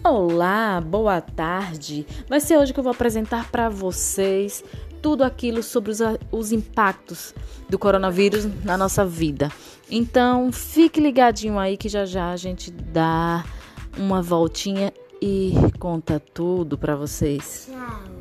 Olá, boa tarde. Vai ser hoje que eu vou apresentar para vocês tudo aquilo sobre os impactos do coronavírus na nossa vida. Então, fique ligadinho aí que já já a gente dá uma voltinha e conta tudo para vocês. Tchau.